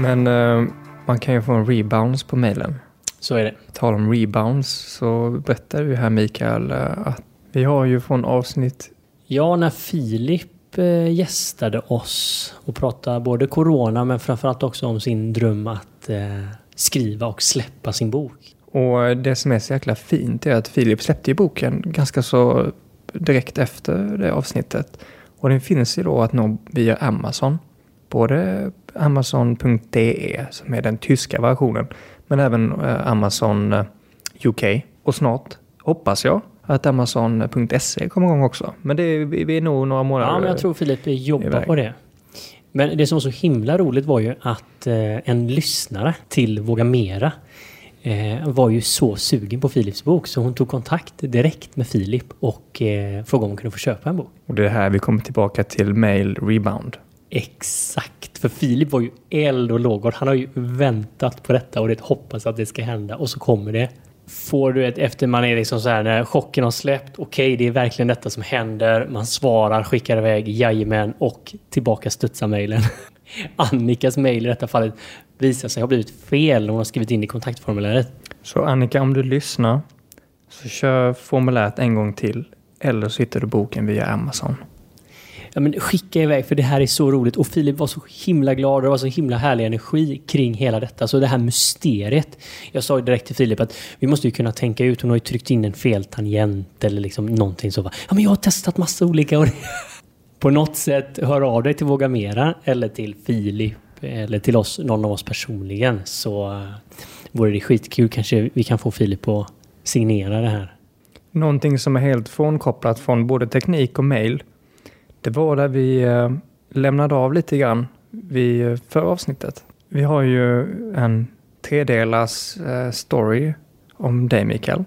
Men man kan ju få en rebounds på mejlen. Så är det. Tal om rebounds så berättar vi här Mikael att vi har ju från avsnitt... Ja, när Filip gästade oss och pratade både corona men framförallt också om sin dröm att skriva och släppa sin bok. Och det som är så jäkla fint är att Filip släppte ju boken ganska så direkt efter det avsnittet. Och den finns ju då att nå via Amazon. Både Amazon.de som är den tyska versionen. Men även Amazon UK. Och snart hoppas jag att Amazon.se kommer igång också. Men vi är nog några månader. Ja, men jag tror Filip jobbar på det. Men det som var så himla roligt var ju att en lyssnare till Våga Mera var ju så sugen på Filips bok så hon tog kontakt direkt med Filip och frågade om hon kunde få köpa en bok. Och det är här vi kommer tillbaka till mail rebound. Exakt, för Filip var ju eld och lågor. Han har ju väntat på detta och det hoppas att det ska hända och så kommer det. Får du ett efter man är liksom så här när chocken har släppt, okej, det är verkligen detta som händer. Man svarar, skickar iväg, jajamän och tillbaka studsar mejlen. Annikas mejl i detta fallet visar sig ha blivit fel. Hon har skrivit in i kontaktformuläret. Så Annika, om du lyssnar så kör formuläret en gång till eller så hittar du boken via Amazon. Ja, men skicka iväg för det här är så roligt och Filip var så himla glad och det var så himla härlig energi kring hela detta. Så det här mysteriet, jag sa direkt till Filip att vi måste ju kunna tänka ut, hon har ju tryckt in en feltangent eller liksom någonting så. Ja, men jag har testat massa olika och på något sätt hör av dig till Våga Mera eller till Filip eller till oss, någon av oss personligen så vore det skitkul, kanske vi kan få Filip att signera det här. Någonting som är helt frånkopplat från både teknik och mail. Det var där vi lämnade av lite grann vid förra avsnittet. Vi har ju en 3-delars story om dig, Mikael.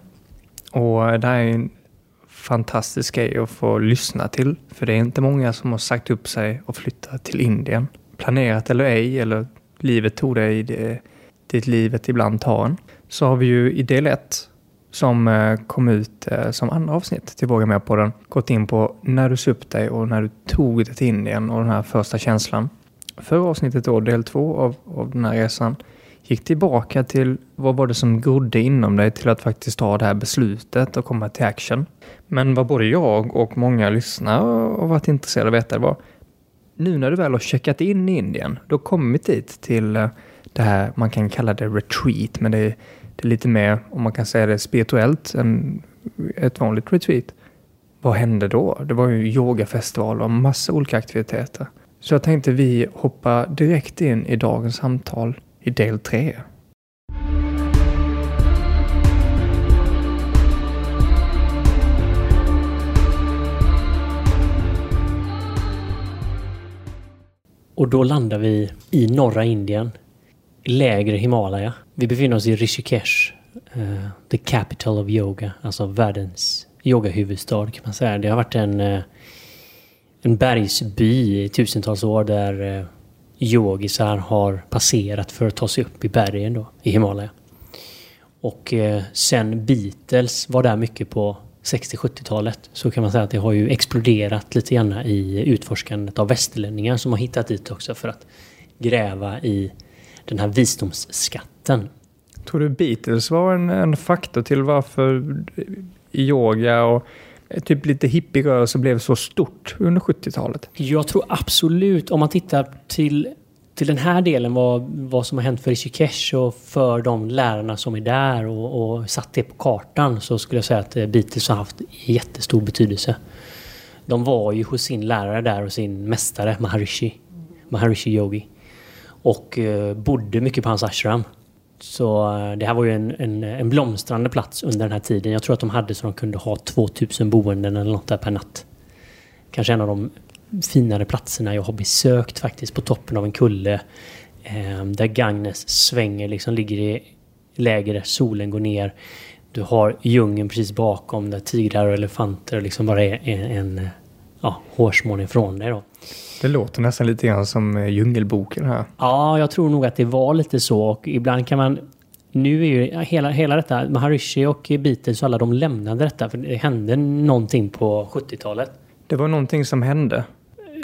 Och det här är en fantastisk grej att få lyssna till. För det är inte många som har sagt upp sig och flyttat till Indien. Planerat eller ej, eller livet tog dig dit livet ibland tar en. Så har vi ju i del 1 som kom ut som andra avsnitt till Våga Med på den. Gått in på när du sa upp dig och när du tog det till Indien och den här första känslan. Förra avsnittet då, del 2 av den här resan, gick tillbaka till vad var det som grodde inom dig till att faktiskt ta det här beslutet och komma till action. Men vad både jag och många lyssnare har varit intresserade av att veta var nu när du väl har checkat in i Indien, då kommit dit till det här, man kan kalla det retreat, men det är lite mer, om man kan säga det, spirituellt än ett vanligt retreat. Vad hände då? Det var ju yogafestival och massa olika aktiviteter. Så jag tänkte vi hoppa direkt in i dagens samtal i del 3. Och då landar vi i norra Indien, lägre Himalaya. Vi befinner oss i Rishikesh, the capital of yoga, alltså världens yogahuvudstad kan man säga. Det har varit en bergsby i tusentals år där yogisar har passerat för att ta sig upp i bergen då, i Himalaya. Och sen Beatles var där mycket på 60-70-talet så kan man säga att det har ju exploderat lite grann i utforskandet av västerlänningar som har hittat dit också för att gräva i den här visdomsskatten. Tror du Beatles var en faktor till varför yoga och typ lite hippierörelse blev så stort under 70-talet? Jag tror absolut, om man tittar till den här delen vad som har hänt för Rishikesh och för de lärarna som är där och satt det på kartan, så skulle jag säga att Beatles har haft jättestor betydelse. De var ju hos sin lärare där och sin mästare Maharishi Yogi och bodde mycket på hans ashram. Så det här var ju en blomstrande plats under den här tiden. Jag tror att de hade så de kunde ha 2000 boenden eller något där per natt. Kanske en av de finare platserna jag har besökt faktiskt, på toppen av en kulle där Ganges svänger, liksom ligger i läge där solen går ner. Du har djungeln precis bakom där tigrar och elefanter liksom bara är en hårsmån ifrån dig då. Det låter nästan lite grann som Djungelboken här. Ja, jag tror nog att det var lite så, och ibland kan man, nu är ju hela detta, Maharishi och Beatles och alla, de lämnade detta för det hände någonting på 70-talet. Det var någonting som hände.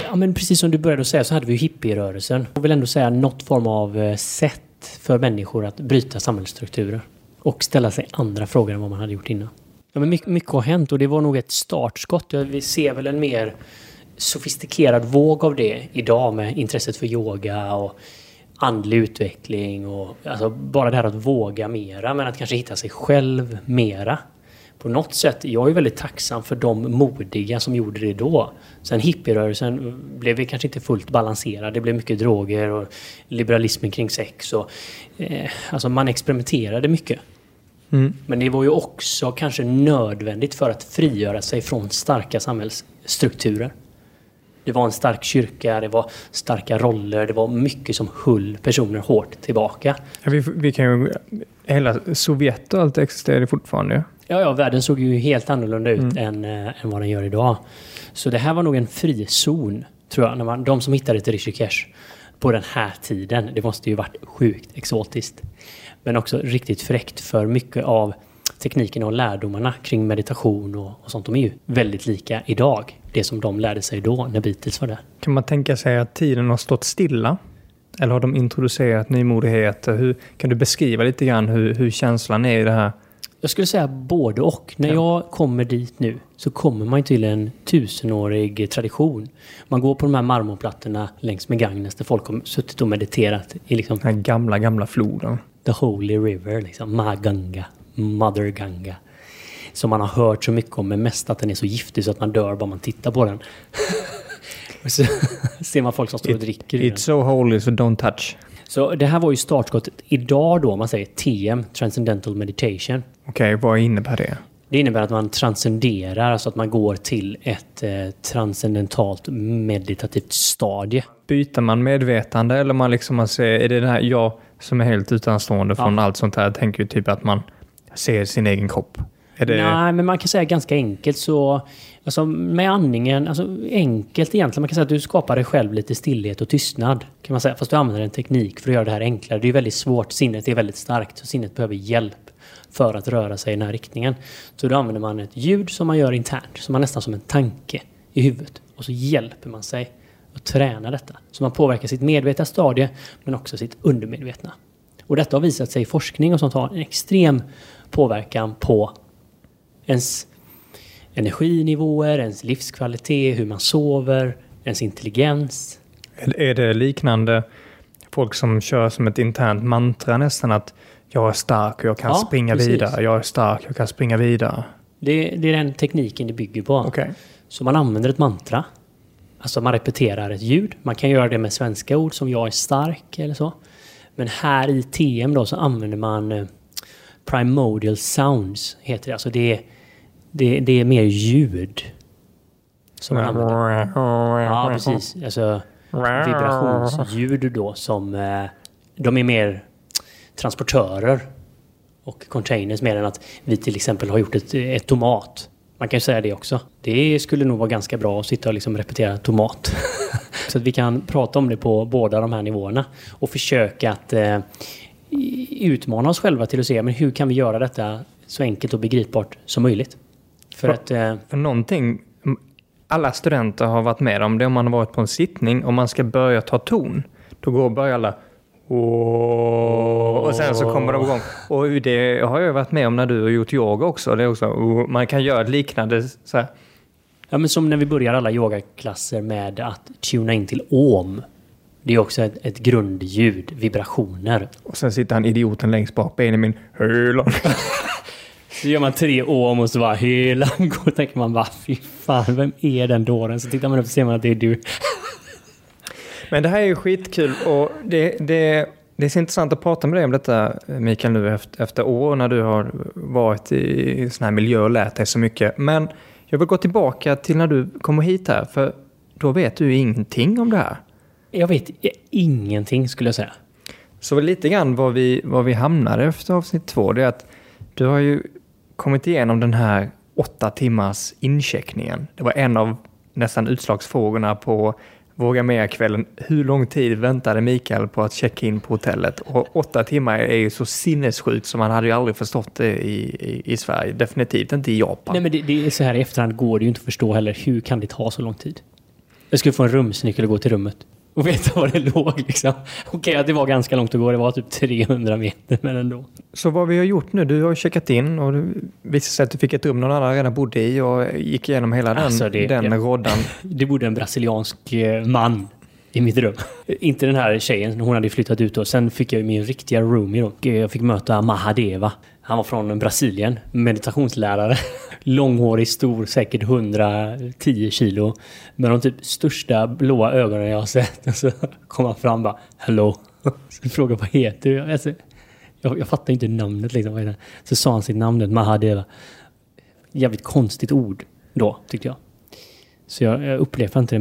Ja, men precis som du började säga så hade vi ju hippierörelsen. Jag vill ändå säga något form av sätt för människor att bryta samhällsstrukturer och ställa sig andra frågor än vad man hade gjort innan. Ja, men mycket har hänt och det var nog ett startskott. Vi ser väl en mer sofistikerad våg av det idag med intresset för yoga och andlig utveckling och alltså bara det här att våga mera, men att kanske hitta sig själv mera. På något sätt, jag är väldigt tacksam för de modiga som gjorde det då. Sen hippierörelsen blev kanske inte fullt balanserad. Det blev mycket droger och liberalismen kring sex. Och, alltså man experimenterade mycket. Men det var ju också kanske nödvändigt för att frigöra sig från starka samhällsstrukturer. Det var en stark kyrka, det var starka roller, det var mycket som höll personer hårt tillbaka. Ja, vi kan ju, hela Sovjet och allt existerade fortfarande. Ja, världen såg ju helt annorlunda ut än vad den gör idag. Så det här var nog en frizon, tror jag. När de som hittade till Rishikesh på den här tiden, det måste ju varit sjukt exotiskt. Men också riktigt fräckt för mycket av tekniken och lärdomarna kring meditation och sånt. De är ju väldigt lika idag. Det som de lärde sig då när Beatles var där. Kan man tänka sig att tiden har stått stilla? Eller har de introducerat nymodigheter? Kan du beskriva lite grann hur känslan är i det här? Jag skulle säga både och. När jag kommer dit nu så kommer man till en 1000-årig tradition. Man går på de här marmorplattorna längs med Ganges där folk har suttit och mediterat i liksom den gamla floden. The Holy River, liksom Maganga, Mother Ganga. Som man har hört så mycket om, men mest att den är så giftig så att man dör bara man tittar på den. Och så ser man folk som står och dricker. It's so holy so don't touch. Så det här var ju startskottet idag då, man säger TM, Transcendental Meditation. Okej, vad innebär det? Det innebär att man transcenderar, alltså att man går till ett transcendentalt meditativt stadie. Byter man medvetande eller man ser, är det här jag som är helt utanstående från allt sånt här? Jag tänker ju typ att man ser sin egen kropp. Nej, men man kan säga ganska enkelt så, alltså med andningen, alltså enkelt egentligen, man kan säga att du skapar dig själv lite stillhet och tystnad, kan man säga, fast du använder en teknik för att göra det här enklare. Det är ju väldigt svårt, sinnet är väldigt starkt, så sinnet behöver hjälp för att röra sig i den här riktningen. Så då använder man ett ljud som man gör internt, som man nästan som en tanke i huvudet, och så hjälper man sig att träna detta. Så man påverkar sitt medvetna stadie, men också sitt undermedvetna. Och detta har visat sig i forskning och sånt har en extrem påverkan på ens energinivåer, ens livskvalitet, hur man sover, ens intelligens. Är det liknande folk som kör som ett internt mantra nästan att jag är stark och jag kan springa vidare. Jag är stark, jag kan springa vidare. Det är den tekniken det bygger på. Okay. Så man använder ett mantra. Alltså man repeterar ett ljud. Man kan göra det med svenska ord som jag är stark eller så. Men här i TM då så använder man primordial sounds heter det. Alltså det är mer ljud som man använder. Ja, precis. Alltså vibrationsljud då som de är mer transportörer och containers mer än att vi till exempel har gjort ett tomat. Man kan ju säga det också. Det skulle nog vara ganska bra att sitta och liksom repetera tomat. Så att vi kan prata om det på båda de här nivåerna och försöka att utmana oss själva till att se men hur kan vi göra detta så enkelt och begripbart som möjligt. För någonting alla studenter har varit med om det om man har varit på en sittning och man ska börja ta ton. Då börjar alla och sen så kommer de igång. Och det har jag varit med om när du har gjort yoga också. Det är också man kan göra ett liknande så här. Ja, men som när vi börjar alla yogaklasser med att tuna in till om. Det är också ett grundljud, vibrationer. Och sen sitter han idioten längst bak, Benjamin Höland. Så gör man 3 om och så bara hela går. Tänker man bara, fy fan, vem är den dåren? Så tittar man upp och ser man att det är du. Men det här är ju skitkul och det är så intressant att prata med dig om detta, Mikael, nu efter år när du har varit i sån här miljö och lärt dig så mycket. Men jag vill gå tillbaka till när du kommer hit här, för då vet du ingenting om det här. Jag vet ingenting skulle jag säga. Så lite grann var vi hamnade efter avsnitt 2, det är att du har ju kommit igenom den här 8 timmars incheckningen. Det var en av nästan utslagsfrågorna på Våga Mer-kvällen. Hur lång tid väntade Mikael på att checka in på hotellet? Och 8 timmar är ju så sinnessjukt som man hade ju aldrig förstått det i Sverige. Definitivt inte i Japan. Nej, men det är så här i efterhand går det ju inte att förstå heller. Hur kan det ta så lång tid? Jag skulle få en rumsnyckel och gå till rummet. Och veta var det låg liksom. Okej, att det var ganska långt att gå. Det var typ 300 meter, men ändå. Så vad vi har gjort nu, du har checkat in och det visade sig att du fick ett rum någon annan redan bodde i och gick igenom hela den roddan. Det bodde en brasiliansk man i mitt rum. Inte den här tjejen, hon hade flyttat ut och sen fick jag min riktiga roomie då. Jag fick möta Mahadeva. Han var från Brasilien, meditationslärare. Långhårig, stor, säkert 110 kilo. Med de typ största blåa ögonen jag har sett. Och så kom han fram och bara, hello. Så frågade vad heter du? Alltså, jag fattar inte namnet liksom. Så sa han sitt namn, Mahadeva. Jävligt konstigt ord då, tyckte jag. Så jag upplevde inte det.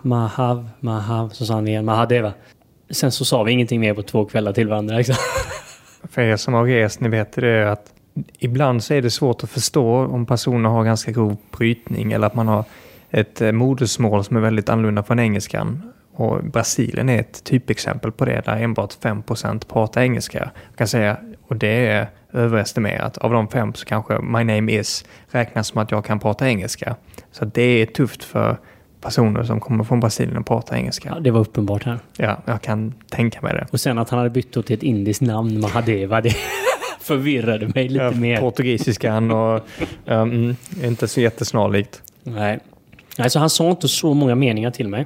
Mahav. Så sa han igen, Mahadeva. Sen så sa vi ingenting mer på 2 kvällar till varandra. Liksom. För er som har rest, ni vet det att ibland så är det svårt att förstå om personer har ganska grov brytning eller att man har ett modersmål som är väldigt annorlunda från engelskan. Och Brasilien är ett typexempel på det, där enbart 5% pratar engelska. Jag kan säga, och det är överestimerat. Av de 5 så kanske my name is räknas som att jag kan prata engelska. Så det är tufft för personer som kommer från Brasilien och pratar engelska. Ja, det var uppenbart här. Ja, jag kan tänka mig det. Och sen att han hade bytt till ett indiskt namn, Mahadeva, det förvirrade mig lite mer. Portugisiskan och inte så jättesnarlikt. Nej, så han sa inte så många meningar till mig.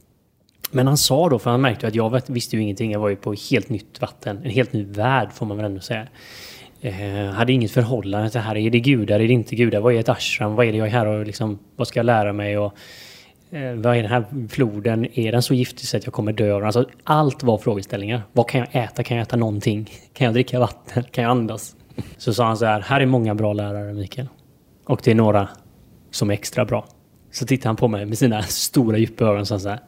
Men han sa då, för han märkte att jag visste ju ingenting. Jag var ju på helt nytt vatten. En helt ny värld får man väl ändå säga. Hade inget förhållande till det här. Är det gudar? Är det inte gudar? Vad är ett ashram? Vad är det jag är här och liksom, vad ska jag lära mig? Och vad är den här floden? Är den så giftig så att jag kommer dö? Alltså, allt var frågeställningar. Vad kan jag äta? Kan jag äta någonting? Kan jag dricka vatten? Kan jag andas? Så sa han så här är många bra lärare, Mikael. Och det är några som är extra bra. Så tittade han på mig med sina stora djupa ögon och sa så här: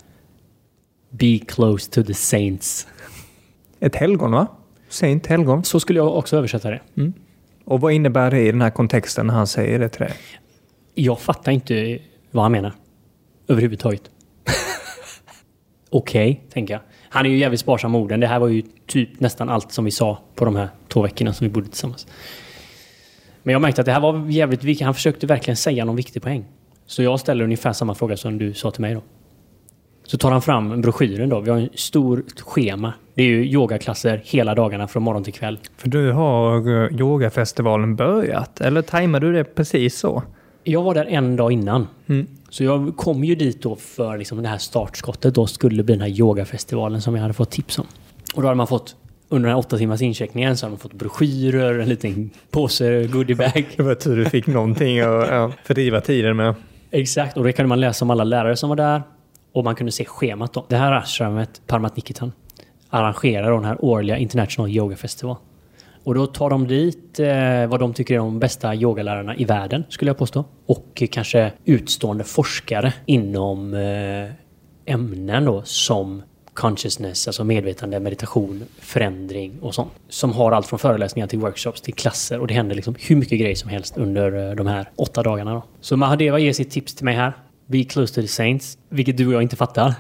be close to the saints. Ett helgon, va? Saint, helgon. Så skulle jag också översätta det. Mm. Och vad innebär det i den här kontexten när han säger det till dig? Jag fattar inte vad han menar. Överhuvudtaget. Okej, tänker jag. Han är ju jävligt sparsam med orden. Det här var ju typ nästan allt som vi sa på de här 2 veckorna som vi bodde tillsammans. Men jag märkte att det här var jävligt viktigt. Han försökte verkligen säga någon viktig poäng. Så jag ställer ungefär samma fråga som du sa till mig då. Så tar han fram broschyren då. Vi har en stor schema. Det är ju yogaklasser hela dagarna från morgon till kväll. För du har yogafestivalen börjat? Eller tajmade du det precis så? Jag var där en dag innan. Så jag kom ju dit då för liksom det här startskottet. Då skulle bli den här yogafestivalen som jag hade fått tips om. Och då hade man fått, under den här 8 timmars incheckningen, så hade man fått broschyrer, en liten påse, goodiebag. Det var tur du fick någonting att fördriva tiden med. Exakt, och det kunde man läsa om alla lärare som var där. Och man kunde se schemat då. Det här ashramet, Parmat Nikitan, arrangerar då den här årliga International Yoga Festival. Och då tar de dit vad de tycker är de bästa yogalärarna i världen, skulle jag påstå. Och kanske utstående forskare inom ämnen då, som consciousness, alltså medvetande, meditation, förändring och sånt. Som har allt från föreläsningar till workshops till klasser. Och det händer liksom hur mycket grejer som helst under de här 8 dagarna då. Så Mahadeva ger sitt tips till mig här. Be close to the saints. Vilket du och jag inte fattar.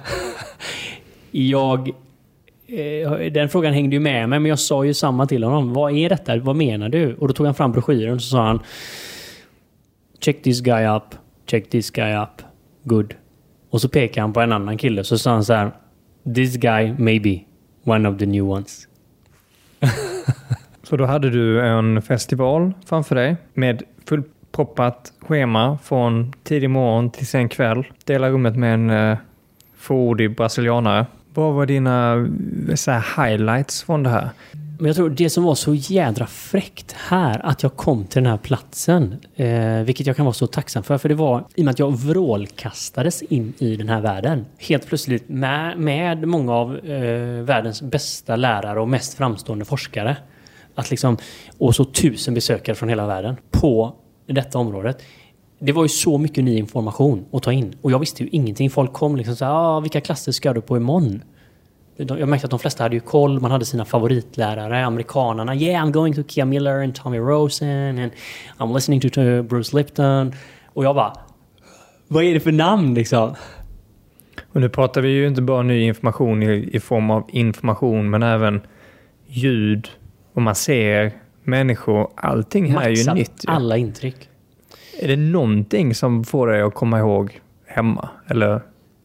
Den frågan hängde ju med mig, men jag sa ju samma till honom. Vad är detta? Vad menar du? Och då tog han fram broschyren och så sa han: check this guy up. Check this guy up. Good. Och så pekade han på en annan kille. Så sa han så här: this guy may be one of the new ones. Så då hade du en festival framför dig med fullproppat schema från tidig morgon till sen kväll. Dela rummet med en fåordig brasilianare. Vad var dina så här highlights från det här? Men jag tror det som var så jädra fräckt här, att jag kom till den här platsen, vilket jag kan vara så tacksam för det var i och med att jag vrålkastades in i den här världen. Helt plötsligt med många av världens bästa lärare och mest framstående forskare. Att liksom, och så 1000 besökare från hela världen på detta området. Det var ju så mycket ny information att ta in. Och jag visste ju ingenting. Folk kom liksom så här: vilka klasser ska du på imorgon? Jag märkte att de flesta hade ju koll. Man hade sina favoritlärare, amerikanerna. Yeah, I'm going to Kia Miller and Tommy Rosen. And I'm listening to Bruce Lipton. Och jag bara, vad är det för namn liksom? Och nu pratar vi ju inte bara ny information i form av information, men även ljud. Och man ser människor. Allting här är ju nytt. Ju. Alla intryck. Är det någonting som får dig att komma ihåg hemma? Eller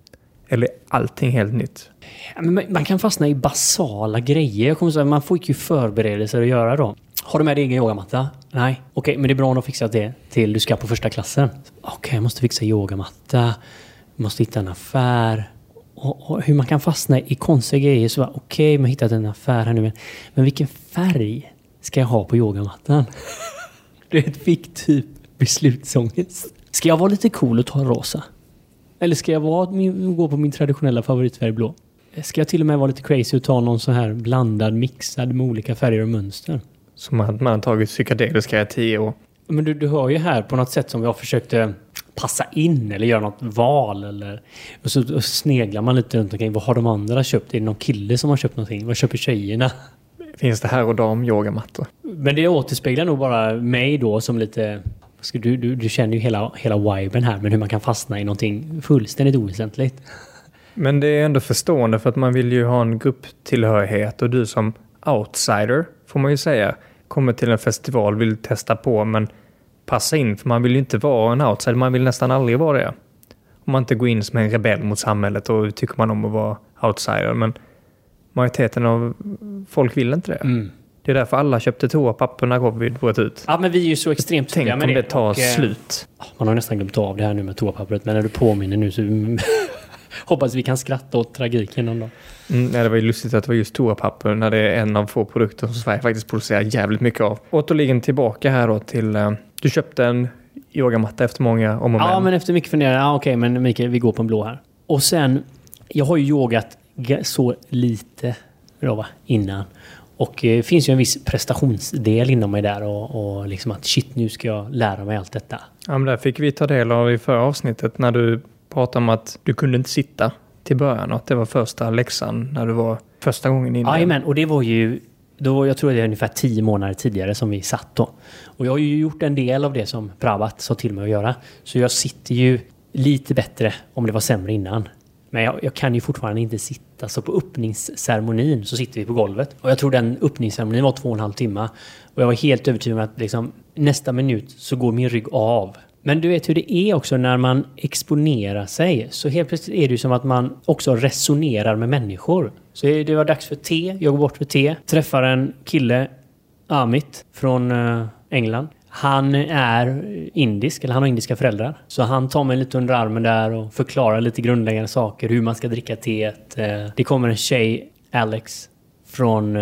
Eller är allting helt nytt? Ja, men man kan fastna i basala grejer. Jag kommer säga, man får ju förberedelser att göra då. Har du med dig egen yogamatta? Nej. Okej, men det är bra om du har fixat det till du ska på första klassen. Okej, jag måste fixa yogamatta. Jag måste hitta en affär. Och hur man kan fastna i konstiga grejer. Så okej, man har hittat en affär här nu. Men vilken färg ska jag ha på yogamattan? Det är ett fick-typ beslutsångest. Ska jag vara lite cool och ta rosa? Eller ska jag gå på min traditionella favoritfärg blå? Ska jag till och med vara lite crazy och ta någon så här blandad, mixad med olika färger och mönster? Som att man har tagit psykedeliska i 10 år. Men du hör ju här på något sätt som jag försökte passa in eller göra något val. Eller, och så sneglar man lite runt omkring. Vad har de andra köpt? Är det någon kille som har köpt någonting? Vad köper tjejerna? Finns det här och dam yogamattor? Men det återspeglar nog bara mig då som lite... Du känner ju hela viben här. Men hur man kan fastna i någonting fullständigt oväsentligt. Men det är ändå förstående för att man vill ju ha en grupptillhörighet. Och du som outsider, får man ju säga, kommer till en festival, vill testa på men passa in. För man vill ju inte vara en outsider. Man vill nästan aldrig vara det. Om man inte går in som en rebell mot samhället och tycker man om att vara outsider. Men majoriteten av folk vill inte det. Mm. Det är därför alla köpte toapapper när covid bröt ut. Ja, men vi är ju så extremt tydliga med det. Tänk om det tar slut. Man har nästan glömt av det här nu med toapappret. Men när du påminner nu så hoppas vi kan skratta åt tragiken någon dag. Nej, det var ju lustigt att det var just toapapper när det är en av få produkter som Sverige faktiskt producerar jävligt mycket av. Återigen tillbaka här då till... du köpte en yogamatta efter många om och men. Ja, men efter mycket funderingar. Ja, okej, men Mikael, vi går på en blå här. Och sen, jag har ju yogat så lite då, innan. Och det finns ju en viss prestationsdel inom mig där och liksom att shit, nu ska jag lära mig allt detta. Ja, men där fick vi ta del av i förra avsnittet när du pratade om att du kunde inte sitta till början och att det var första läxan när du var första gången inne. Jajamän, och det var ju då, jag tror det är ungefär 10 månader tidigare som vi satt då. Och jag har ju gjort en del av det som Prabhat sa till mig att göra. Så jag sitter ju lite bättre om det var sämre innan. Men jag kan ju fortfarande inte sitta. Så på öppningsceremonin så sitter vi på golvet. Och jag tror den öppningsceremonin var 2,5 timmar. Och jag var helt övertygad om att liksom, nästa minut så går min rygg av. Men du vet hur det är också när man exponerar sig. Så helt plötsligt är det ju som att man också resonerar med människor. Så det var dags för te. Jag går bort för te. Träffar en kille, Amit, från England. Han är indisk, eller han har indiska föräldrar. Så han tar mig lite under armen där och förklarar lite grundläggande saker. Hur man ska dricka teet. Det kommer en tjej, Alex, från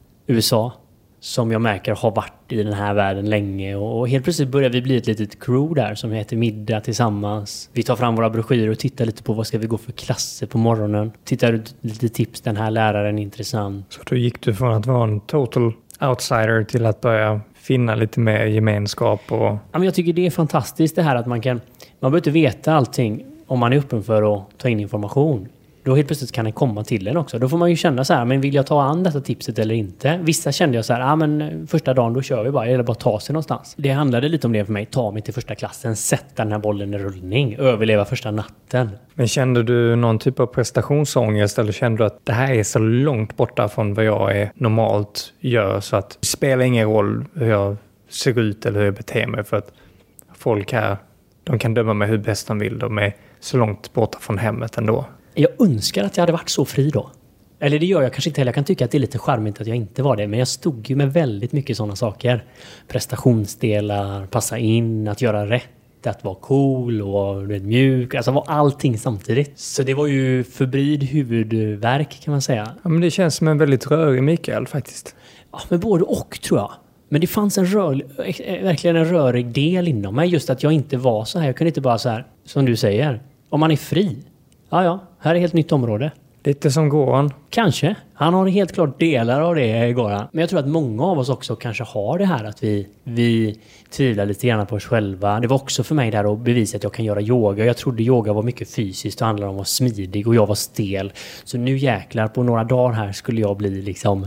USA. Som jag märker har varit i den här världen länge. Och helt plötsligt börjar vi bli ett litet crew där som heter Middag tillsammans. Vi tar fram våra broschyrer och tittar lite på vad ska vi gå för klasser på morgonen. Tittar ut lite tips, den här läraren är intressant. Så då gick du från att vara en total outsider till att börja finna lite mer gemenskap? Och... Ja, men jag tycker det är fantastiskt det här att man behöver inte veta allting om man är öppen för att ta in information. Då helt plötsligt kan det komma till en också. Då får man ju känna så här, men vill jag ta an detta tipset eller inte? Vissa kände jag så här, men första dagen då kör vi bara, eller bara ta sig någonstans. Det handlade lite om det för mig, ta mig till första klassen, sätta den här bollen i rullning, överleva första natten. Men kände du någon typ av prestationsångest eller kände du att det här är så långt borta från vad jag är normalt gör så att det spelar ingen roll hur jag ser ut eller hur jag beter mig för att folk här, de kan döma mig hur bäst de vill, de är så långt borta från hemmet ändå. Jag önskar att jag hade varit så fri då. Eller det gör jag kanske inte heller. Jag kan tycka att det är lite charmigt att jag inte var det. Men jag stod ju med väldigt mycket sådana saker. Prestationsdelar, passa in, att göra rätt, att vara cool och mjuk. Alltså var allting samtidigt. Så det var ju förbrid huvudvärk kan man säga. Ja, men det känns som en väldigt rörig Mikael faktiskt. Ja, men både och tror jag. Men det fanns verkligen en rörig del inom mig. Just att jag inte var så här. Jag kunde inte bara så här, som du säger. Om man är fri. Ja, här är ett helt nytt område. Lite som Goran. Kanske. Han har helt klart delar av det, Goran. Men jag tror att många av oss också kanske har det här att vi tvivlar lite grann på oss själva. Det var också för mig där att bevisa att jag kan göra yoga. Jag trodde yoga var mycket fysiskt och handlade om att vara smidig och jag var stel. Så nu jäklar på några dagar här skulle jag bli liksom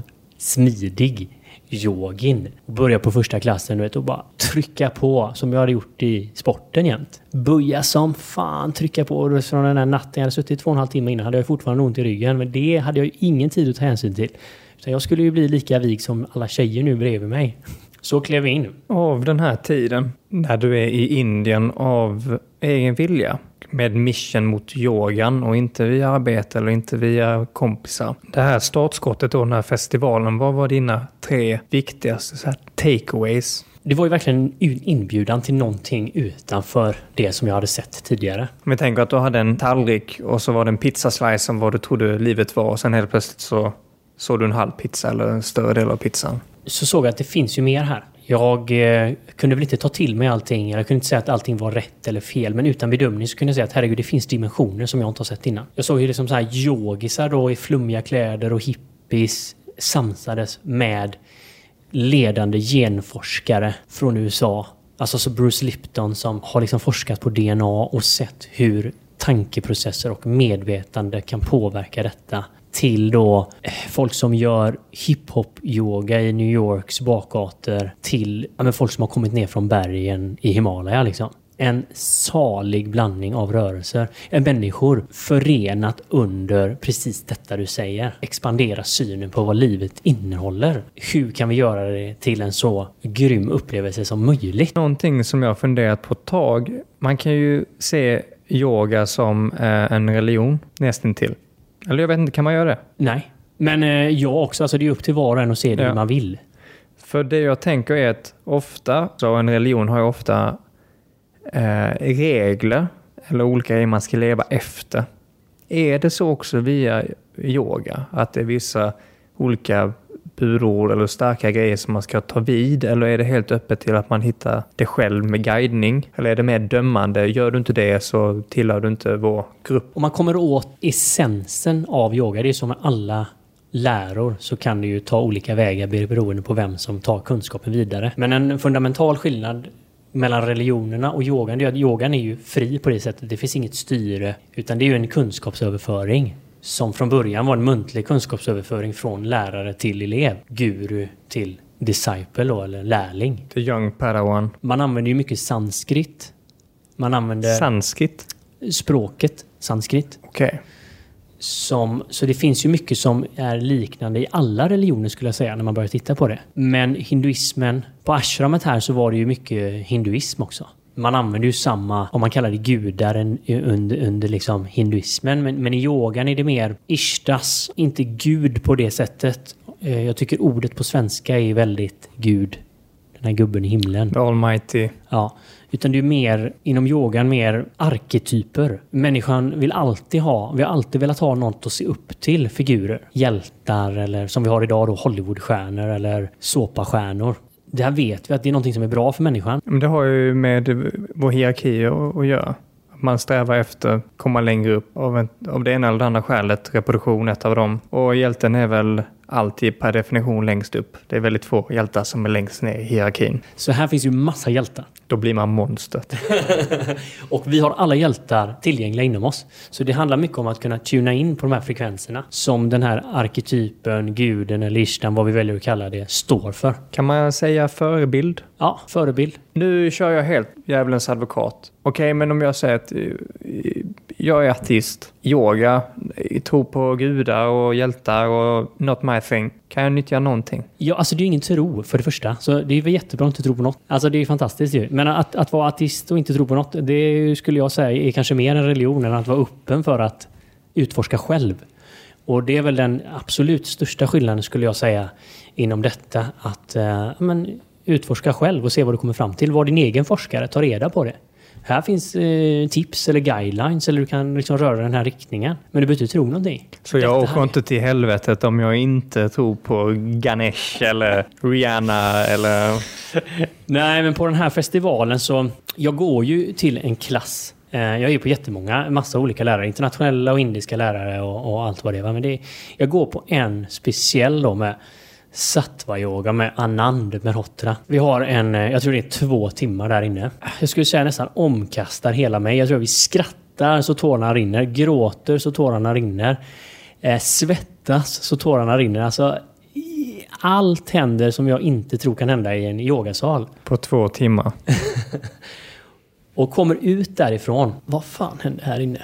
smidig yogin. Och börja på första klassen och bara trycka på som jag hade gjort i sporten jämt. Böja som fan, trycka på. Och från den här natten jag hade suttit 2,5 timmar innan hade jag fortfarande ont i ryggen. Men det hade jag ju ingen tid att ta hänsyn till. Så jag skulle ju bli lika vig som alla tjejer nu bredvid mig. Så klev vi in. Av den här tiden när du är i Indien av egen vilja. med mission mot yogan och inte via arbete eller inte via kompisar. Det här startskottet då, den här festivalen, vad var dina 3 viktigaste så här takeaways? Det var ju verkligen en inbjudan till någonting utanför det som jag hade sett tidigare. Om jag tänker att du hade en tallrik och så var det en pizzaslice som vad du trodde livet var och sen helt plötsligt så såg du en halv pizza eller en större del av pizzan. Så såg jag att det finns ju mer här. Jag kunde väl inte ta till mig allting. Jag kunde inte säga att allting var rätt eller fel. Men utan bedömning så kunde jag säga att herregud, det finns dimensioner som jag inte har sett innan. Jag såg ju det som så här yogisar då i flummiga kläder och hippies samsades med ledande genforskare från USA. Alltså så Bruce Lipton som har liksom forskat på DNA och sett hur tankeprocesser och medvetande kan påverka detta. Till då folk som gör hiphop-yoga i New Yorks bakgator. Till folk som har kommit ner från bergen i Himalaya liksom. En salig blandning av rörelser. Människor förenat under precis detta du säger. Expandera synen på vad livet innehåller. Hur kan vi göra det till en så grym upplevelse som möjligt? Någonting som jag har funderat på ett tag. Man kan ju se yoga som en religion nästan till. Eller jag vet inte, kan man göra det? Nej, men jag också. Alltså det är upp till var och en att se det man vill. För det jag tänker är att ofta, så en religion har ju ofta regler eller olika grejer man ska leva efter. Är det så också via yoga? Att det är vissa olika budord eller starka grejer som man ska ta vid? Eller är det helt öppet till att man hittar det själv med guidning? Eller är det mer dömande? Gör du inte det så tillhör du inte vår grupp. Om man kommer åt essensen av yoga, det är som med alla läror, så kan det ju ta olika vägar beroende på vem som tar kunskapen vidare. Men en fundamental skillnad mellan religionerna och yogan, det är att yogan är ju fri på det sättet. Det finns inget styre, utan det är ju en kunskapsöverföring som från början var en muntlig kunskapsöverföring från lärare till elev, guru till disciple då, eller lärling. The young padawan. Man använder ju mycket sanskrit. Man använder sanskrit? Språket sanskrit. Okej. Okay. Så det finns ju mycket som är liknande i alla religioner skulle jag säga när man börjar titta på det. Men hinduismen, på ashramet här så var det ju mycket hinduism också. Man använder ju samma, om man kallar det gudar under liksom hinduismen. Men i yogan är det mer ishtas, inte gud på det sättet. Jag tycker ordet på svenska är väldigt gud. Den här gubben i himlen. The Almighty. Ja, utan det är mer, inom yogan mer arketyper. Människan vi har alltid velat ha något att se upp till, figurer. Hjältar eller som vi har idag då Hollywoodstjärnor eller såpastjärnor. Det här vet vi att det är något som är bra för människan. Men det har ju med vår hierarki att göra. Man strävar efter att komma längre upp av det ena eller det andra skälet. Reproduktion ett av dem. Och hjälten är väl alltid per definition längst upp. Det är väldigt få hjältar som är längst ner i hierarkin. Så här finns ju massa hjältar. Då blir man monstret. Och vi har alla hjältar tillgängliga inom oss. Så det handlar mycket om att kunna tuna in på de här frekvenserna. Som den här arketypen, guden eller ishtan, vad vi väljer att kalla det, står för. Kan man säga förebild? Ja, förebild. Nu kör jag helt djävulens advokat. Okej, men om jag säger att jag är artist, yoga, tror på gudar och hjältar och not my thing. Kan jag nyttja någonting? Ja, alltså det är ingen tro för det första. Så det är väl jättebra att inte tro på något. Alltså det är fantastiskt ju. Men att vara artist och inte tro på något, det skulle jag säga är kanske mer en religion än att vara öppen för att utforska själv. Och det är väl den absolut största skillnaden skulle jag säga inom detta. Att utforska själv och se vad du kommer fram till. Var din egen forskare, ta reda på det. Här finns tips eller guidelines eller du kan liksom röra den här riktningen. Men du behöver inte tro någonting. Så jag åker inte till helvetet om jag inte tror på Ganesh eller Rihanna eller... Nej, men på den här festivalen så... Jag går ju till en klass. Jag är på jättemånga, massa olika lärare. Internationella och indiska lärare och allt vad det var. Men jag går på en speciell då med... Sattva-yoga med Anand Mehrotra. Vi har jag tror det är 2 timmar där inne. Jag skulle säga nästan omkastar hela mig. Jag tror vi skrattar så tårarna rinner. Gråter så tårarna rinner. Svettas så tårarna rinner. Alltså allt händer som jag inte tror kan hända i en yogasal. På 2 timmar. Och kommer ut därifrån. Vad fan hände här inne?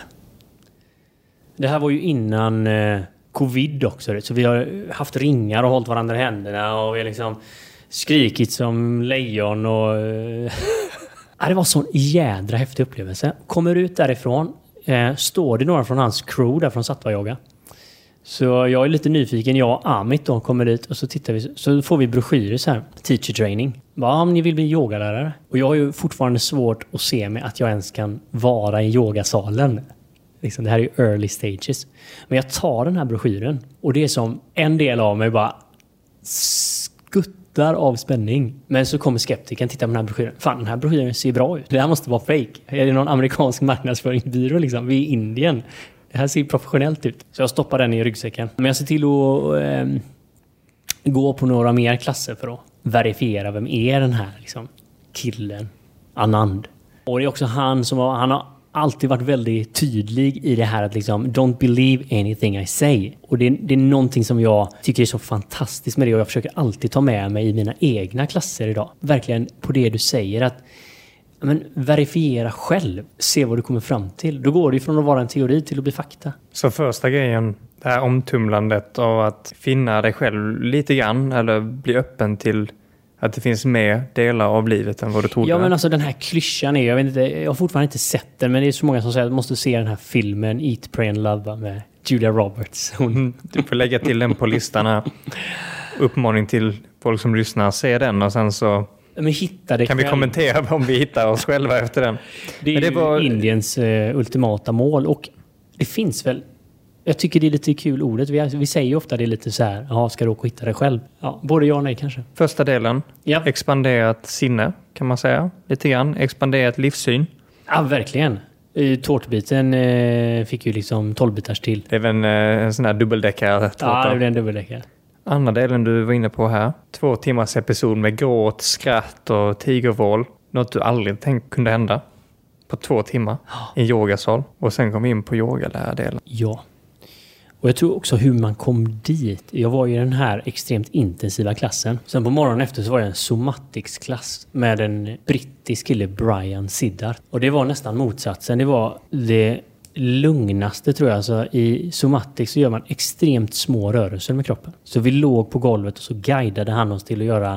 Det här var ju innan... covid också. Så vi har haft ringar och hållit varandra i händerna och vi har liksom skrikit som lejon och... Det var en sån jädra häftig upplevelse. Kommer ut därifrån, står det några från hans crew där från Sattva Yoga. Så jag är lite nyfiken. Jag och Amit då kommer dit och så tittar vi. Så får vi broschyrer så här. Teacher training. Om ni vill bli yogalärare. Och jag har ju fortfarande svårt att se mig att jag ens kan vara i yogasalen. Liksom, det här är ju early stages. Men jag tar den här broschyren. Och det är som en del av mig bara skuttar av spänning. Men så kommer skeptikern titta på den här broschyren. Fan, den här broschyren ser bra ut. Det här måste vara fake. Är det någon amerikansk marknadsföringsbyrå liksom? Vi är i Indien. Det här ser professionellt ut. Så jag stoppar den i ryggsäcken. Men jag ser till att gå på några mer klasser för att verifiera vem är den här liksom, killen, Anand. Och det är också han har alltid varit väldigt tydlig i det här att liksom, don't believe anything I say. Och det är någonting som jag tycker är så fantastiskt med det och jag försöker alltid ta med mig i mina egna klasser idag. Verkligen på det du säger att men verifiera själv, se vad du kommer fram till. Då går det från att vara en teori till att bli fakta. Så första grejen, det här omtumlandet av att finna dig själv lite grann eller bli öppen till att det finns mer delar av livet än vad du trodde. Ja, men alltså den här klyschan är, jag har fortfarande inte sett den, men det är så många som säger att du måste se den här filmen Eat, Pray and Love med Julia Roberts. Du får lägga till den på listan här. Uppmaning till folk som lyssnar, se den och sen så men hitta det kan själv. vi kommentera om vi hittar oss själva efter den. Det är ju Indiens ultimata mål och det finns väl, jag tycker det är lite kul ordet. Vi säger ju ofta det är lite så här, jaha, ska du åka och hitta det själv? Ja, både ja och nej kanske. Första delen, expanderat sinne kan man säga. Lite grann, expanderat livssyn. Ja, verkligen. Tårtbiten fick ju liksom 12-bitars till. Det är väl en sån här dubbeldäckare. Ja, det är en dubbeldäckare. Andra delen du var inne på här. 2 timmars episod med gråt, skratt och tigervrål. Något du aldrig tänkt kunde hända. På 2 timmar i en yogasal. Och sen kom vi in på yogalärardelen. Ja. Och jag tror också hur man kom dit. Jag var i den här extremt intensiva klassen. Sen på morgonen efter så var det en somatics-klass med en brittisk kille, Brian Siddharth. Och det var nästan motsatsen. Det var det lugnaste tror jag. Alltså, i somatics så gör man extremt små rörelser med kroppen. Så vi låg på golvet och så guidade han oss till att göra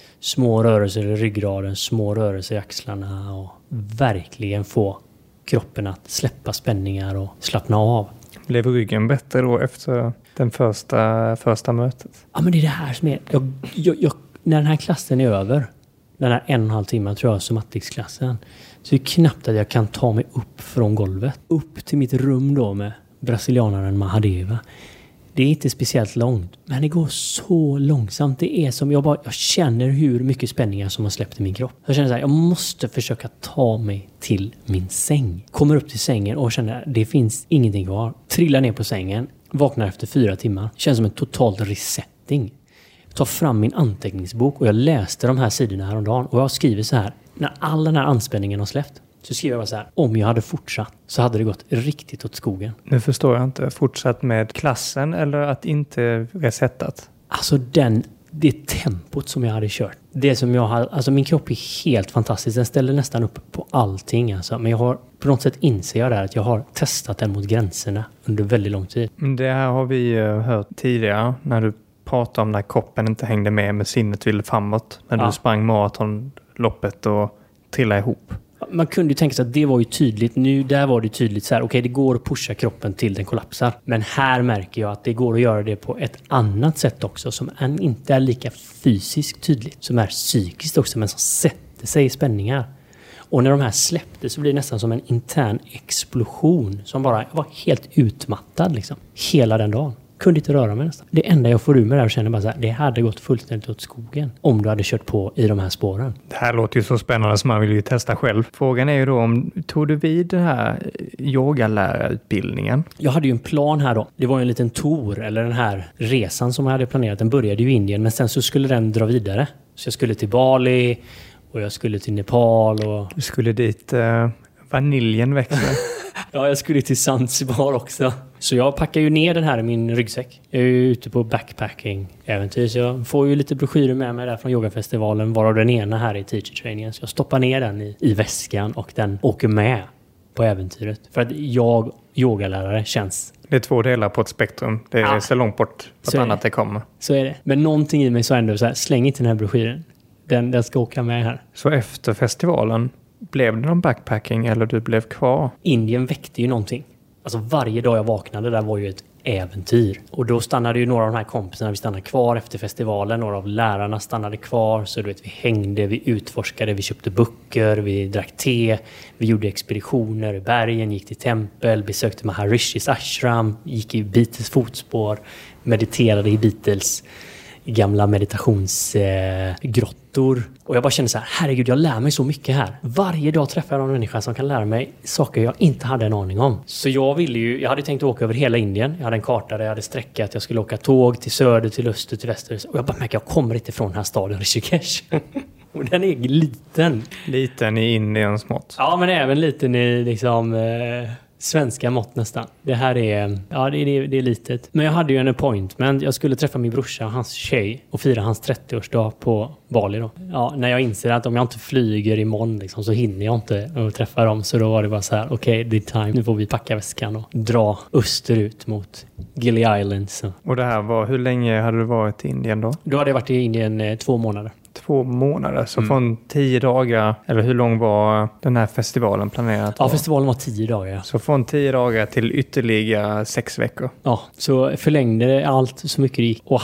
små rörelser i ryggraden, små rörelser i axlarna och verkligen få kroppen att släppa spänningar och slappna av. Blev ryggen bättre då efter den första mötet? Ja, men det är det här som är... när den här klassen är över, den här 1,5 timmar tror jag, somatics-klassen, så är det knappt att jag kan ta mig upp från golvet. Upp till mitt rum då med brasilianaren Mahadeva. Det är inte speciellt långt, men det går så långsamt. Det är som jag känner hur mycket spänningar som har släppt i min kropp. Jag känner så här, jag måste försöka ta mig till min säng. Kommer upp till sängen och känner det finns ingenting kvar. Trillar ner på sängen, vaknar efter 4 timmar. Känns som en total resetting. Tar fram min anteckningsbok och jag läste de här sidorna häromdagen. Och jag skriver så här, när all den här anspänningen har släppt, så skriver jag bara så här, om jag hade fortsatt så hade det gått riktigt åt skogen. Nu förstår jag inte. Fortsatt med klassen eller att inte resettat? Alltså det tempot som jag hade kört. Det som jag hade, alltså min kropp är helt fantastisk. Den ställer nästan upp på allting. Alltså. Men jag har på något sätt inser jag där att jag har testat den mot gränserna under väldigt lång tid. Det här har vi hört tidigare när du pratade om när kroppen inte hängde med sinnet ville framåt. När du sprang maratonloppet och trillade ihop. Man kunde ju tänka sig att det var ju tydligt. Nu där var det tydligt så här. Okej, det går att pusha kroppen till den kollapsar. Men här märker jag att det går att göra det på ett annat sätt också. Som inte är lika fysiskt tydligt. Som är psykiskt också. Men som sätter sig i spänningar. Och när de här släppte så blir det nästan som en intern explosion. Som bara var helt utmattad liksom. Hela den dagen. Kunde inte röra mig nästan. Det enda jag får ur mig där och känner bara så här, det hade gått fullständigt åt skogen om du hade kört på i de här spåren. Det här låter ju så spännande som man vill ju testa själv. Frågan är ju då om, tog du vid den här yogalärarutbildningen? Jag hade ju en plan här då. Det var ju en liten tour, eller den här resan som jag hade planerat. Den började ju i Indien, men sen så skulle den dra vidare. Så jag skulle till Bali och jag skulle till Nepal och... Du skulle dit vaniljen växer. Ja, jag skulle till Zanzibar också. Så jag packar ju ner den här i min ryggsäck. Jag är ju ute på backpacking-äventyr. Så jag får ju lite broschyrer med mig där från yogafestivalen. Varav den ena här i teacher trainingen. Så jag stoppar ner den i väskan och den åker med på äventyret. För att jag, yogalärare, känns... Det är 2 delar på ett spektrum. Det är så långt bort på annat det kommer. Så är det. Men någonting i mig så ändå så här, släng inte den här broschyren. Den ska åka med här. Så efter festivalen blev det någon backpacking eller du blev kvar? Indien väckte ju någonting. Alltså varje dag jag vaknade där var ju ett äventyr. Och då stannade ju några av de här kompisarna, vi stannade kvar efter festivalen. Några av lärarna stannade kvar. Så du vet, vi hängde, vi utforskade, vi köpte böcker, vi drack te. Vi gjorde expeditioner i bergen, gick till tempel, besökte Maharishis ashram, gick i Beatles fotspår, mediterade i Beatles gamla meditationsgrottor. Och jag bara kände så här, herregud, jag lär mig så mycket här. Varje dag träffar jag någon människa som kan lära mig saker jag inte hade en aning om. Så jag hade tänkt åka över hela Indien. Jag hade en karta där jag hade sträckat. Jag skulle åka tåg till söder, till öster, till väster. Och jag bara märker, jag kommer inte från den här staden Rishikesh. Och den är liten. Liten i Indiens mått. Ja, men även liten i liksom... svenska mått nästan. Det här är... Ja, det är litet. Men jag hade ju en appointment. Jag skulle träffa min brorsa och hans tjej och fira hans 30-årsdag på Bali då. Ja, när jag inser att om jag inte flyger imorgon liksom, så hinner jag inte att träffa dem. Så då var det bara så här, okej, det är time. Nu får vi packa väskan och dra österut mot Gili Islands. Och det här var... Hur länge hade du varit i Indien då? Då hade jag varit i Indien 2 månader. 2 månader, så från 10 dagar, eller hur lång var den här festivalen planerat? Ja, festivalen var 10 dagar. Så från 10 dagar till ytterligare 6 veckor. Ja, så förlängde allt så mycket det gick. Och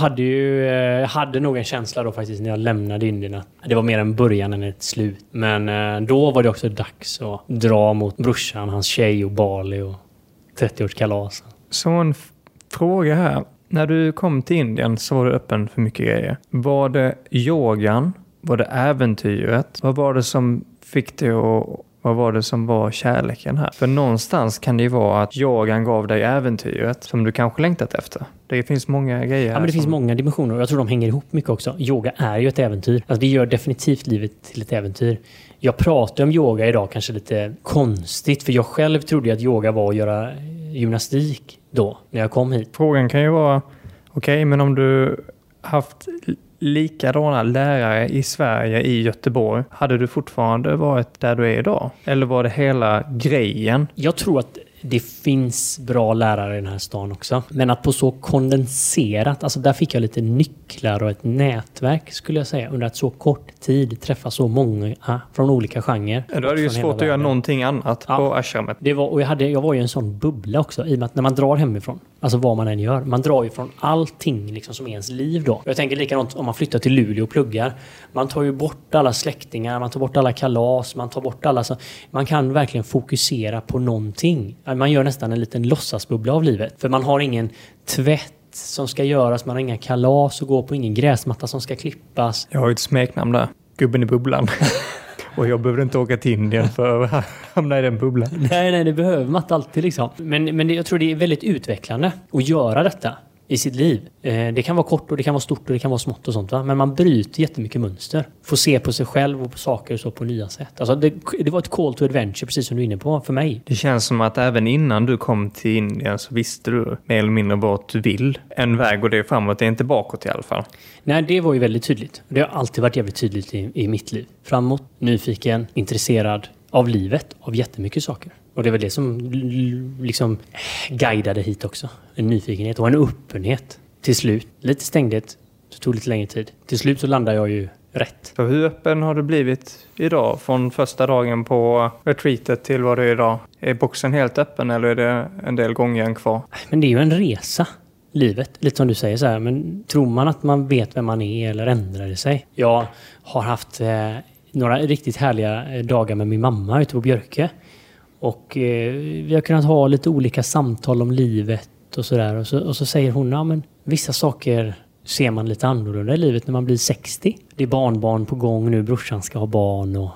hade nog en känsla då faktiskt när jag lämnade Indien att det var mer en början än ett slut. Men då var det också dags att dra mot brorsan, hans tjej och Bali och 30-årskalas. Så en fråga här. När du kom till Indien så var du öppen för mycket grejer. Var det yogan? Var det äventyret? Vad var det som fick dig och vad var det som var kärleken här? För någonstans kan det ju vara att yogan gav dig äventyret som du kanske längtat efter. Det finns många grejer här. Ja, men det finns många dimensioner och jag tror de hänger ihop mycket också. Yoga är ju ett äventyr. Alltså det gör definitivt livet till ett äventyr. Jag pratar om yoga idag kanske lite konstigt. För jag själv trodde att yoga var att göra gymnastik då, när jag kom hit. Frågan kan ju vara, okej, men om du haft likadana lärare i Sverige, i Göteborg, hade du fortfarande varit där du är idag? Eller var det hela grejen? Jag tror att det finns bra lärare i den här stan också. Men att på så kondenserat, alltså där fick jag lite nycklar och ett nätverk skulle jag säga. Under att så kort tid träffa så många från olika genrer. Då är det ju svårt att göra någonting annat på ashramet. Det var, och jag var ju en sån bubbla också. I och med att när man drar hemifrån, alltså vad man än gör, man drar ju från allting liksom som är ens liv då. Jag tänker likadant om man flyttar till Luleå och pluggar. Man tar ju bort alla släktingar, man tar bort alla kalas, man tar bort alla... Så man kan verkligen fokusera på någonting. Man gör nästan en liten låtsasbubbla av livet. För man har ingen tvätt som ska göras, man har inga kalas och gå på, ingen gräsmatta som ska klippas. Jag har ju ett smeknamn där. Gubben i bubblan. Och jag behöver inte åka till Indien för att hamna i den bubblan. Nej, det behöver man inte alltid liksom. Men jag tror det är väldigt utvecklande att göra detta i sitt liv. Det kan vara kort och det kan vara stort och det kan vara smått och sånt. Va? Men man bryter jättemycket mönster. Får se på sig själv och på saker och så på nya sätt. Alltså det var ett call to adventure, precis som du är inne på, för mig. Det känns som att även innan du kom till Indien så visste du mer eller mindre vad du vill. En väg och det är framåt, det är inte bakåt i alla fall. Nej, det var ju väldigt tydligt. Det har alltid varit jävligt tydligt i mitt liv. Framåt, nyfiken, intresserad av livet, av jättemycket saker. Och det var det som liksom guidade hit också. En nyfikenhet och en öppenhet. Till slut, lite stängdhet, så tog lite längre tid. Till slut så landade jag ju rätt. Så hur öppen har du blivit idag? Från första dagen på retreatet till vad det är idag? Är boxen helt öppen eller är det en del gånger kvar? Men det är ju en resa, livet. Lite som du säger så här. Men tror man att man vet vem man är eller ändrar det sig? Jag har haft några riktigt härliga dagar med min mamma ute på Björke. Och vi har kunnat ha lite olika samtal om livet och sådär. Och så säger hon, ja men vissa saker ser man lite annorlunda i livet när man blir 60. Det är barnbarn på gång nu, brorsan ska ha barn. Och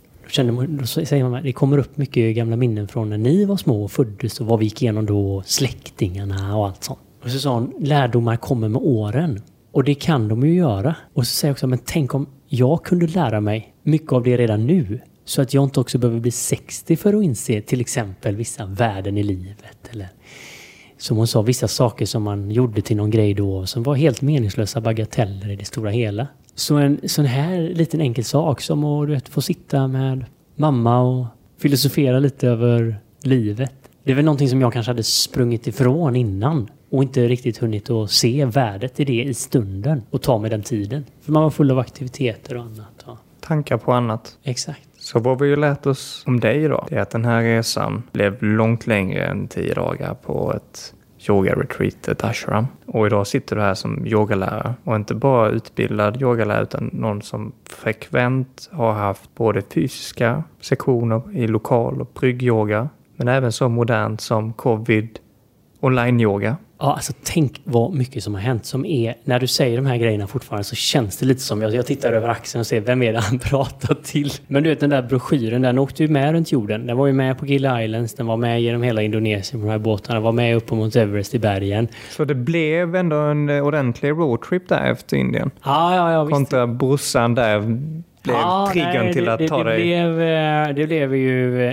då säger man, det kommer upp mycket gamla minnen från när ni var små och föddes och vad vi gick igenom då, släktingarna och allt sånt. Och så sa hon, lärdomar kommer med åren. Och det kan de ju göra. Och så säger jag också, men tänk om jag kunde lära mig mycket av det redan nu. Så att jag inte också behöver bli 60 för att inse till exempel vissa värden i livet. Eller som hon sa, vissa saker som man gjorde till någon grej då som var helt meningslösa bagateller i det stora hela. Så en sån här liten enkel sak som att få sitta med mamma och filosofera lite över livet. Det är väl någonting som jag kanske hade sprungit ifrån innan. Och inte riktigt hunnit att se värdet i det i stunden. Och ta med den tiden. För man var full av aktiviteter och annat. Ja. Tankar på annat. Exakt. Så vad vi har lärt oss om dig idag är att den här resan blev långt längre än 10 dagar på ett yoga-retreat, ett ashram. Och idag sitter du här som yogalärare. Och inte bara utbildad yogalärare utan någon som frekvent har haft både fysiska sektioner i lokal- och bryggyoga. Men även så modernt som covid online-yoga. Ja, alltså tänk vad mycket som har hänt som är, när du säger de här grejerna fortfarande så känns det lite som, jag tittar över axeln och ser vem är det han pratar till. Men du vet den där broschyren, den åkte ju med runt jorden. Den var ju med på Gili Islands, den var med genom hela Indonesien på de här båtarna, den var med upp på Mount Everest i bergen. Så det blev ändå en ordentlig roadtrip där efter Indien? Ja, visst. Kontra brorsan där blev triggern till att ta dig? Det blev ju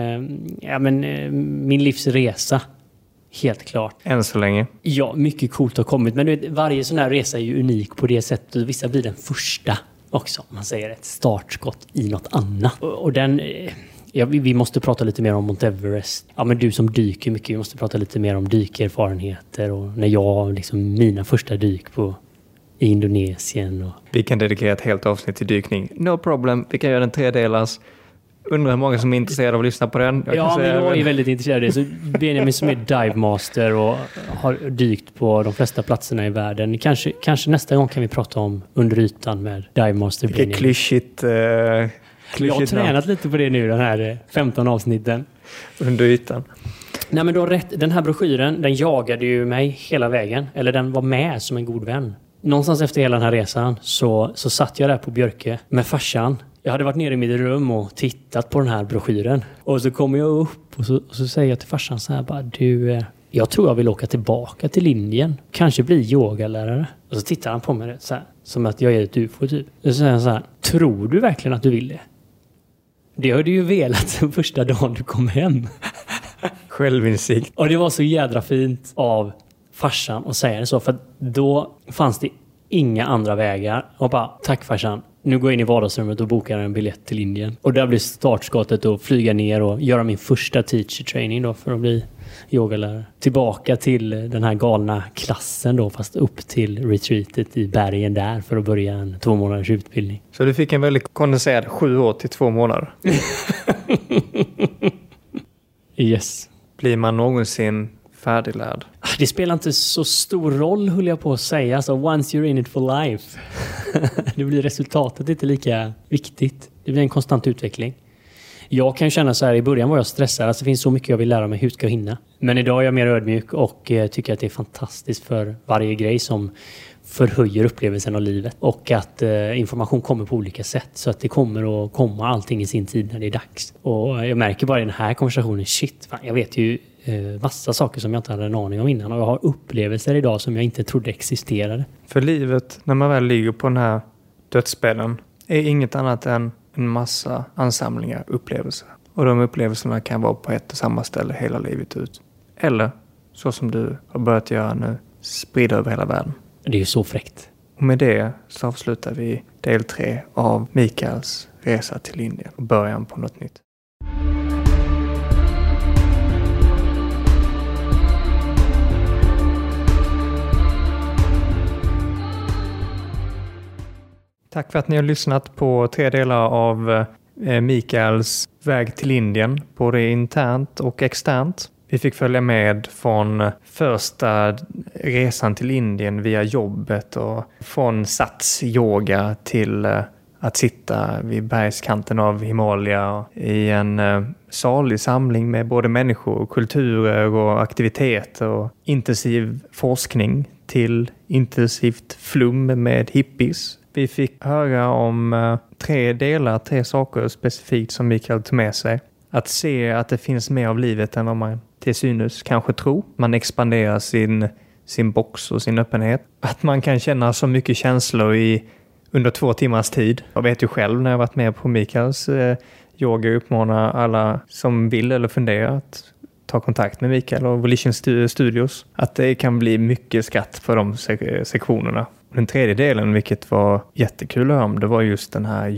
min livsresa. Helt klart. Än så länge. Ja, mycket coolt har kommit. Men du vet, varje sån här resa är ju unik på det sättet. Vissa blir den första också. Man säger ett startskott i något annat. Och den... Ja, vi måste prata lite mer om Mount Everest. Ja, men du som dyker mycket. Vi måste prata lite mer om dykerfarenheter. Och när jag, liksom mina första dyk i Indonesien. Och... Vi kan dedikera ett helt avsnitt till dykning. No problem. Vi kan göra den 3-delars. Undrar hur många som är intresserade av att lyssna på den. Jag är väldigt intresserad av det. Så Benjamin som är dive master och har dykt på de flesta platserna i världen. Kanske nästa gång kan vi prata om under ytan med dive master Benjamin. Vilket klyschigt jag har tränat lite på det nu, den här 15 avsnitten. Under ytan. Nej, men då rätt. Den här broschyren, den jagade ju mig hela vägen. Eller den var med som en god vän. Någonstans efter hela den här resan så satt jag där på Björke med farsan. Jag hade varit nere i mitt rum och tittat på den här broschyren. Och så kommer jag upp och så säger jag till farsan så här bara, du, jag tror jag vill åka tillbaka till Indien. Kanske bli yogalärare. Och så tittar han på mig så här, som att jag är ett UFO typ. Och så säger han så här, tror du verkligen att du vill det? Det har du ju velat den första dagen du kom hem. Självinsikt. Och det var så jädra fint av farsan att säga det så. För då fanns det inga andra vägar. Och bara, tack farsan. Nu går jag in i vardagsrummet och bokar en biljett till Indien. Och där blir startskottet att flyga ner och göra min första teacher training då för att bli yogalärare. Tillbaka till den här galna klassen då, fast upp till retreatet i bergen där för att börja en 2 månaders utbildning. Så du fick en väldigt kondenserad 7 år till 2 månader? Yes. Blir man någonsin färdiglärd? Det spelar inte så stor roll, höll jag på att säga. Alltså, once you're in it for life. Det blir resultatet inte lika viktigt. Det blir en konstant utveckling. Jag kan känna så här, i början var jag stressad. Alltså, det finns så mycket jag vill lära mig. Hur ska jag hinna? Men idag är jag mer ödmjuk och tycker att det är fantastiskt för varje grej som förhöjer upplevelsen av livet. Och att information kommer på olika sätt. Så att det kommer att komma allting i sin tid när det är dags. Och jag märker bara i den här konversationen, shit, fan, jag vet ju massa saker som jag inte hade en aning om innan. Och jag har upplevelser idag som jag inte trodde existerade. För livet, när man väl ligger på den här dödsbädden, är inget annat än en massa ansamlingar, upplevelser. Och de upplevelserna kan vara på ett och samma ställe hela livet ut. Eller, så som du har börjat göra nu, sprida över hela världen. Det är ju så fräckt. Och med det så avslutar vi del 3 av Mikaels resa till Indien och början på något nytt. Tack för att ni har lyssnat på 3 delar av Mikaels väg till Indien, både internt och externt. Vi fick följa med från första resan till Indien via jobbet och från sats-yoga till att sitta vid bergskanten av Himalaya i en salig samling med både människor, kulturer och aktiviteter och intensiv forskning till intensivt flum med hippies. Vi fick höra om 3 saker specifikt som Mikael tog med sig. Att se att det finns mer av livet än vad man till synes kanske tror. Man expanderar sin box och sin öppenhet. Att man kan känna så mycket känslor under 2 timmars tid. Jag vet ju själv när jag varit med på Mikaels yoga uppmanar alla som vill eller funderar att ta kontakt med Mikael och Volition Studios. Att det kan bli mycket skatt på de sektionerna. Den 3:e delen, vilket var jättekul att höra om, det var just den här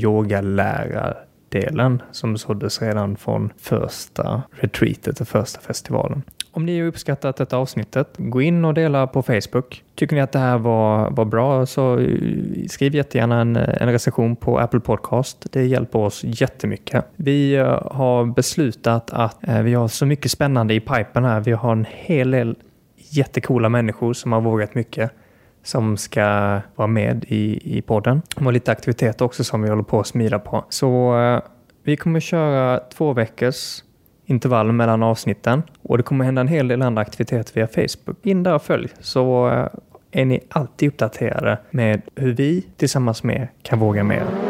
yogalärardelen som såddes redan från första retreatet och första festivalen. Om ni har uppskattat detta avsnittet, gå in och dela på Facebook. Tycker ni att det här var bra så skriv jättegärna en recension på Apple Podcast. Det hjälper oss jättemycket. Vi har beslutat att vi har så mycket spännande i pipen här. Vi har en hel del jättekola människor som har vågat mycket som ska vara med i podden. Vi har lite aktivitet också som vi håller på att smida på. Så vi kommer köra 2 veckors intervall mellan avsnitten och det kommer hända en hel del andra aktiviteter via Facebook. In där och följ så är ni alltid uppdaterade med hur vi tillsammans med kan våga mer.